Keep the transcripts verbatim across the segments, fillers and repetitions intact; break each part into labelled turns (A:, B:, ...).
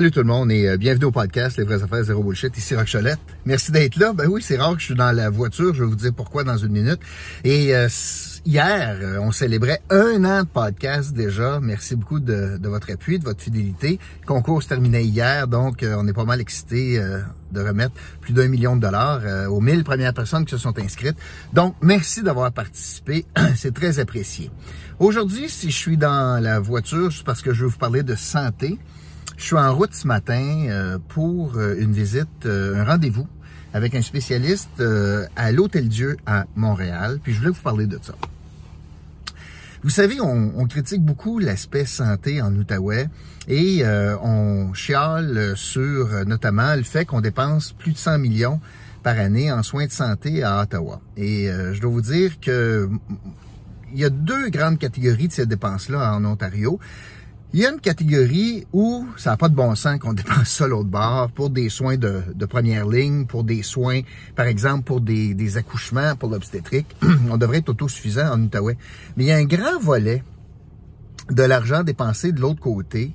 A: Salut tout le monde et bienvenue au podcast Les vraies affaires zéro bullshit, ici Roch Cholette. Merci d'être là. Ben oui, c'est rare que je suis dans la voiture, je vais vous dire pourquoi dans une minute. Et euh, hier, on célébrait un an de podcast déjà. Merci beaucoup de, de votre appui, de votre fidélité. Le concours se terminait hier, donc euh, on est pas mal excités euh, de remettre plus d'un million de dollars euh, aux mille premières personnes qui se sont inscrites. Donc, merci d'avoir participé, c'est très apprécié. Aujourd'hui, si je suis dans la voiture, c'est parce que je vais vous parler de santé. Je suis en route ce matin euh, pour euh, une visite, euh, un rendez-vous avec un spécialiste euh, à l'Hôtel-Dieu à Montréal. Puis je voulais vous parler de ça. Vous savez, on, on critique beaucoup l'aspect santé en Outaouais et euh, on chiale sur euh, notamment le fait qu'on dépense plus de cent millions par année en soins de santé à Ottawa. Et euh, je dois vous dire que il y a deux grandes catégories de ces dépenses-là en Ontario. Il y a une catégorie où ça n'a pas de bon sens qu'on dépense ça l'autre bord pour des soins de, de première ligne, pour des soins, par exemple, pour des, des accouchements, pour l'obstétrique. On devrait être autosuffisant en Outaouais. Mais il y a un grand volet de l'argent dépensé de l'autre côté.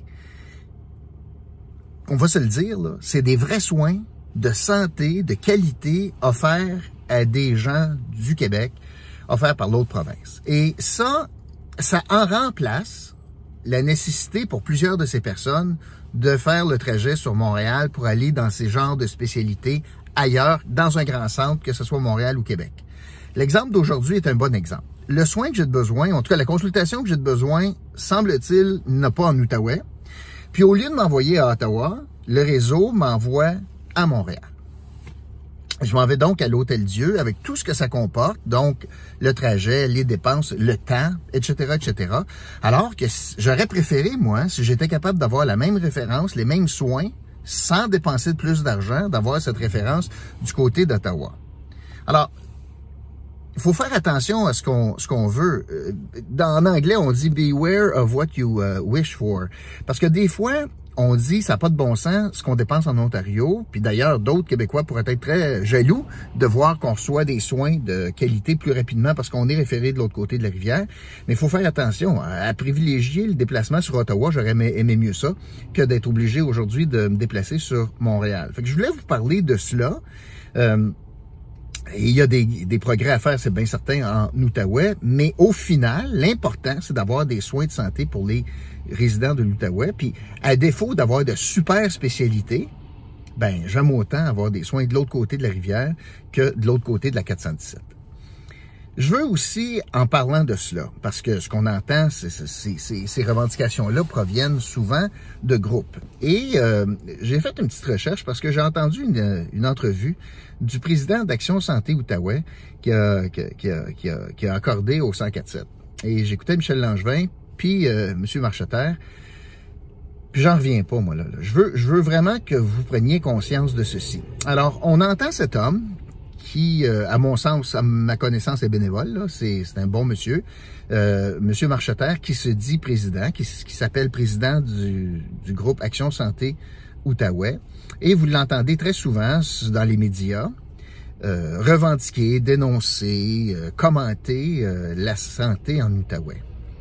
A: On va se le dire, là, c'est des vrais soins de santé, de qualité offerts à des gens du Québec, offerts par l'autre province. Et ça, ça en remplace la nécessité pour plusieurs de ces personnes de faire le trajet sur Montréal pour aller dans ces genres de spécialités ailleurs, dans un grand centre, que ce soit Montréal ou Québec. L'exemple d'aujourd'hui est un bon exemple. Le soin que j'ai de besoin, en tout cas la consultation que j'ai de besoin, semble-t-il, n'a pas en Outaouais. Puis au lieu de m'envoyer à Ottawa, le réseau m'envoie à Montréal. Je m'en vais donc à l'Hôtel-Dieu avec tout ce que ça comporte, donc le trajet, les dépenses, le temps, et cetera, et cetera. Alors que j'aurais préféré, moi, si j'étais capable d'avoir la même référence, les mêmes soins, sans dépenser de plus d'argent, d'avoir cette référence du côté d'Ottawa. Alors, il faut faire attention à ce qu'on ce qu'on veut. Dans, en anglais, on dit « beware of what you uh, wish for ». Parce que des fois, on dit, ça n'a pas de bon sens, ce qu'on dépense en Ontario. Puis d'ailleurs, d'autres Québécois pourraient être très jaloux de voir qu'on reçoit des soins de qualité plus rapidement parce qu'on est référé de l'autre côté de la rivière. Mais il faut faire attention à privilégier le déplacement sur Ottawa. J'aurais aimé, aimé mieux ça que d'être obligé aujourd'hui de me déplacer sur Montréal. Fait que je voulais vous parler de cela. Euh, Et il y a des, des progrès à faire, c'est bien certain, en Outaouais, mais au final, l'important, c'est d'avoir des soins de santé pour les résidents de l'Outaouais. Puis, à défaut d'avoir de super spécialités, ben j'aime autant avoir des soins de l'autre côté de la rivière que de l'autre côté de la quatre cent dix-sept. Je veux aussi, en parlant de cela, parce que ce qu'on entend, c'est, c'est, c'est, ces revendications-là proviennent souvent de groupes. Et euh, j'ai fait une petite recherche parce que j'ai entendu une, une entrevue du président d'Action Santé Outaouais qui a, qui, a, qui, a, qui, a, qui a accordé au cent quatre sept. Et j'écoutais Michel Langevin, puis euh, M. Marcheterre, puis j'en reviens pas, moi, là. là. Je veux, je veux vraiment que vous preniez conscience de ceci. Alors, on entend cet homme qui, euh, à mon sens, à ma connaissance, est bénévole, c'est un bon monsieur, euh, monsieur Marcheterre, qui se dit président, qui, qui s'appelle président du, du groupe Action Santé Outaouais, et vous l'entendez très souvent dans les médias, euh, revendiquer, dénoncer, euh, commenter euh, la santé en Outaouais.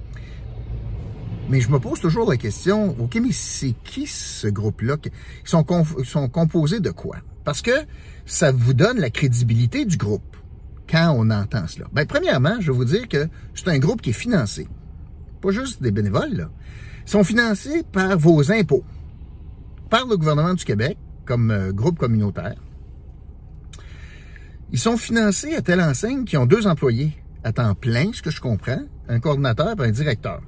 A: Mais je me pose toujours la question, OK, mais c'est qui ce groupe-là? Ils sont, ils sont composés de quoi? Parce que ça vous donne la crédibilité du groupe quand on entend cela. Bien, premièrement, je vais vous dire que c'est un groupe qui est financé. Pas juste des bénévoles, là. Ils sont financés par vos impôts, par le gouvernement du Québec, comme euh, groupe communautaire. Ils sont financés à telle enseigne qu'ils ont deux employés à temps plein, ce que je comprends, un coordinateur et un directeur.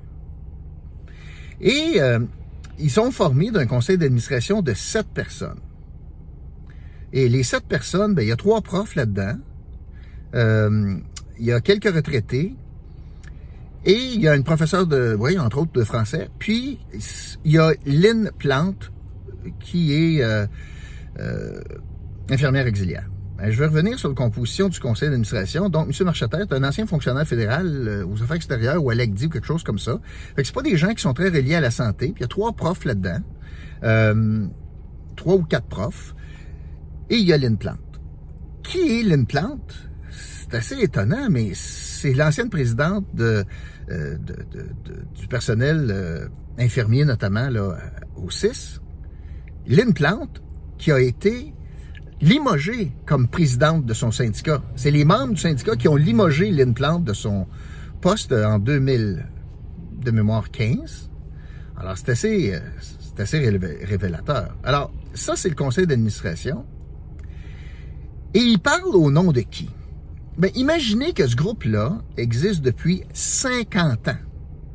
A: Et euh, ils sont formés d'un conseil d'administration de sept personnes. Et les sept personnes, ben, il y a trois profs là-dedans, euh, il y a quelques retraités, et il y a une professeure de, oui, entre autres de français, puis il y a Lynn Plante, qui est euh, euh, infirmière auxiliaire. Ben, je vais revenir sur la composition du conseil d'administration. Donc, M. Marcheterre est un ancien fonctionnaire fédéral euh, aux affaires extérieures ou à l'A C D I ou quelque chose comme ça. Fait que c'est pas des gens qui sont très reliés à la santé. Puis il y a trois profs là-dedans, euh, trois ou quatre profs, et il y a Lynn Plante. Qui est Lynn Plante? C'est assez étonnant, mais c'est l'ancienne présidente de, euh, de, de, de, du personnel euh, infirmier, notamment là, au C I S. Lynn Plante, qui a été limogée comme présidente de son syndicat. C'est les membres du syndicat qui ont limogé Lynn Plante de son poste en deux mille, de mémoire quinze. Alors, c'est assez, c'est assez révélateur. Alors, ça, c'est le conseil d'administration. Et il parle au nom de qui? Bien, imaginez que ce groupe-là existe depuis cinquante ans.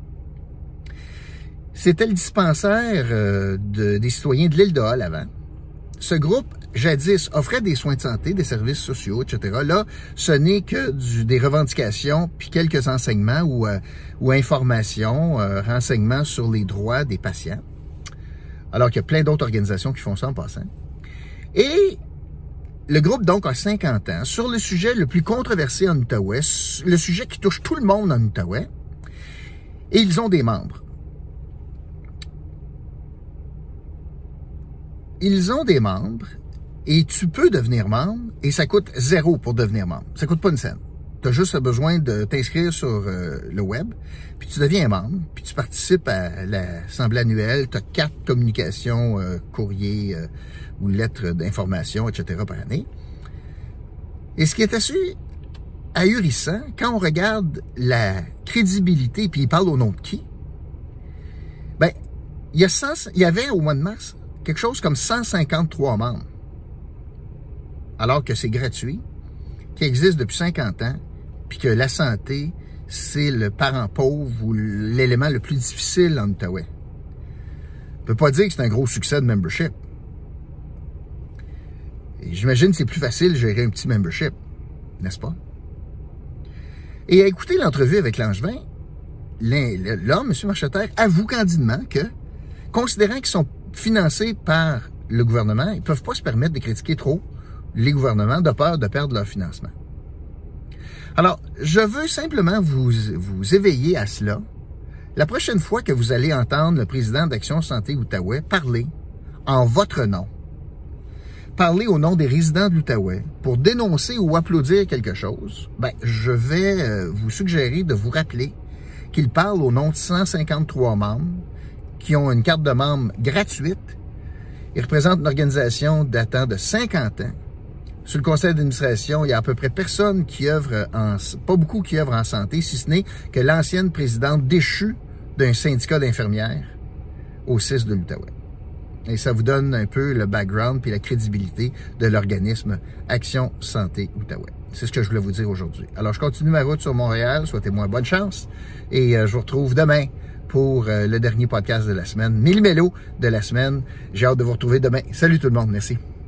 A: C'était le dispensaire euh, de, des citoyens de l'île de Hall avant. Ce groupe, jadis, offrait des soins de santé, des services sociaux, et cetera. Là, ce n'est que du, des revendications, puis quelques enseignements ou, euh, ou informations, euh, renseignements sur les droits des patients. Alors qu'il y a plein d'autres organisations qui font ça en passant. Et le groupe, donc, a cinquante ans sur le sujet le plus controversé en Outaouais, le sujet qui touche tout le monde en Outaouais, et ils ont des membres. Ils ont des membres, et tu peux devenir membre, et ça coûte zéro pour devenir membre. Ça coûte pas une scène. Tu as juste besoin de t'inscrire sur euh, le web, puis tu deviens membre, puis tu participes à l'assemblée annuelle, tu as quatre communications, euh, courriers euh, ou lettres d'information, et cetera par année. Et ce qui est assez ahurissant, quand on regarde la crédibilité, puis il parle au nom de qui, ben, il y, a cent, il y avait au mois de mars quelque chose comme cent cinquante-trois membres, alors que c'est gratuit, qui existe depuis cinquante ans, puis que la santé, c'est le parent pauvre ou l'élément le plus difficile en Outaouais. On ne peut pas dire que c'est un gros succès de membership. J'imagine que c'est plus facile de gérer un petit membership, n'est-ce pas? Et à écouter l'entrevue avec Langevin, l'homme, M. Marcheterre, avoue candidement que, considérant qu'ils sont financés par le gouvernement, ils ne peuvent pas se permettre de critiquer trop les gouvernements de peur de perdre leur financement. Alors, je veux simplement vous, vous éveiller à cela. La prochaine fois que vous allez entendre le président d'Action Santé Outaouais parler en votre nom, parler au nom des résidents de l'Outaouais pour dénoncer ou applaudir quelque chose, ben, je vais vous suggérer de vous rappeler qu'il parle au nom de cent cinquante-trois membres qui ont une carte de membre gratuite. Ils représentent une organisation datant de cinquante ans. Sur le conseil d'administration, il y a à peu près personne qui œuvre en, pas beaucoup qui œuvre en santé, si ce n'est que l'ancienne présidente déchue d'un syndicat d'infirmières au C I S de l'Outaouais. Et ça vous donne un peu le background puis la crédibilité de l'organisme Action Santé Outaouais. C'est ce que je voulais vous dire aujourd'hui. Alors, je continue ma route sur Montréal. Souhaitez-moi bonne chance. Et euh, je vous retrouve demain pour euh, le dernier podcast de la semaine, Mille Mélos de la semaine. J'ai hâte de vous retrouver demain. Salut tout le monde. Merci.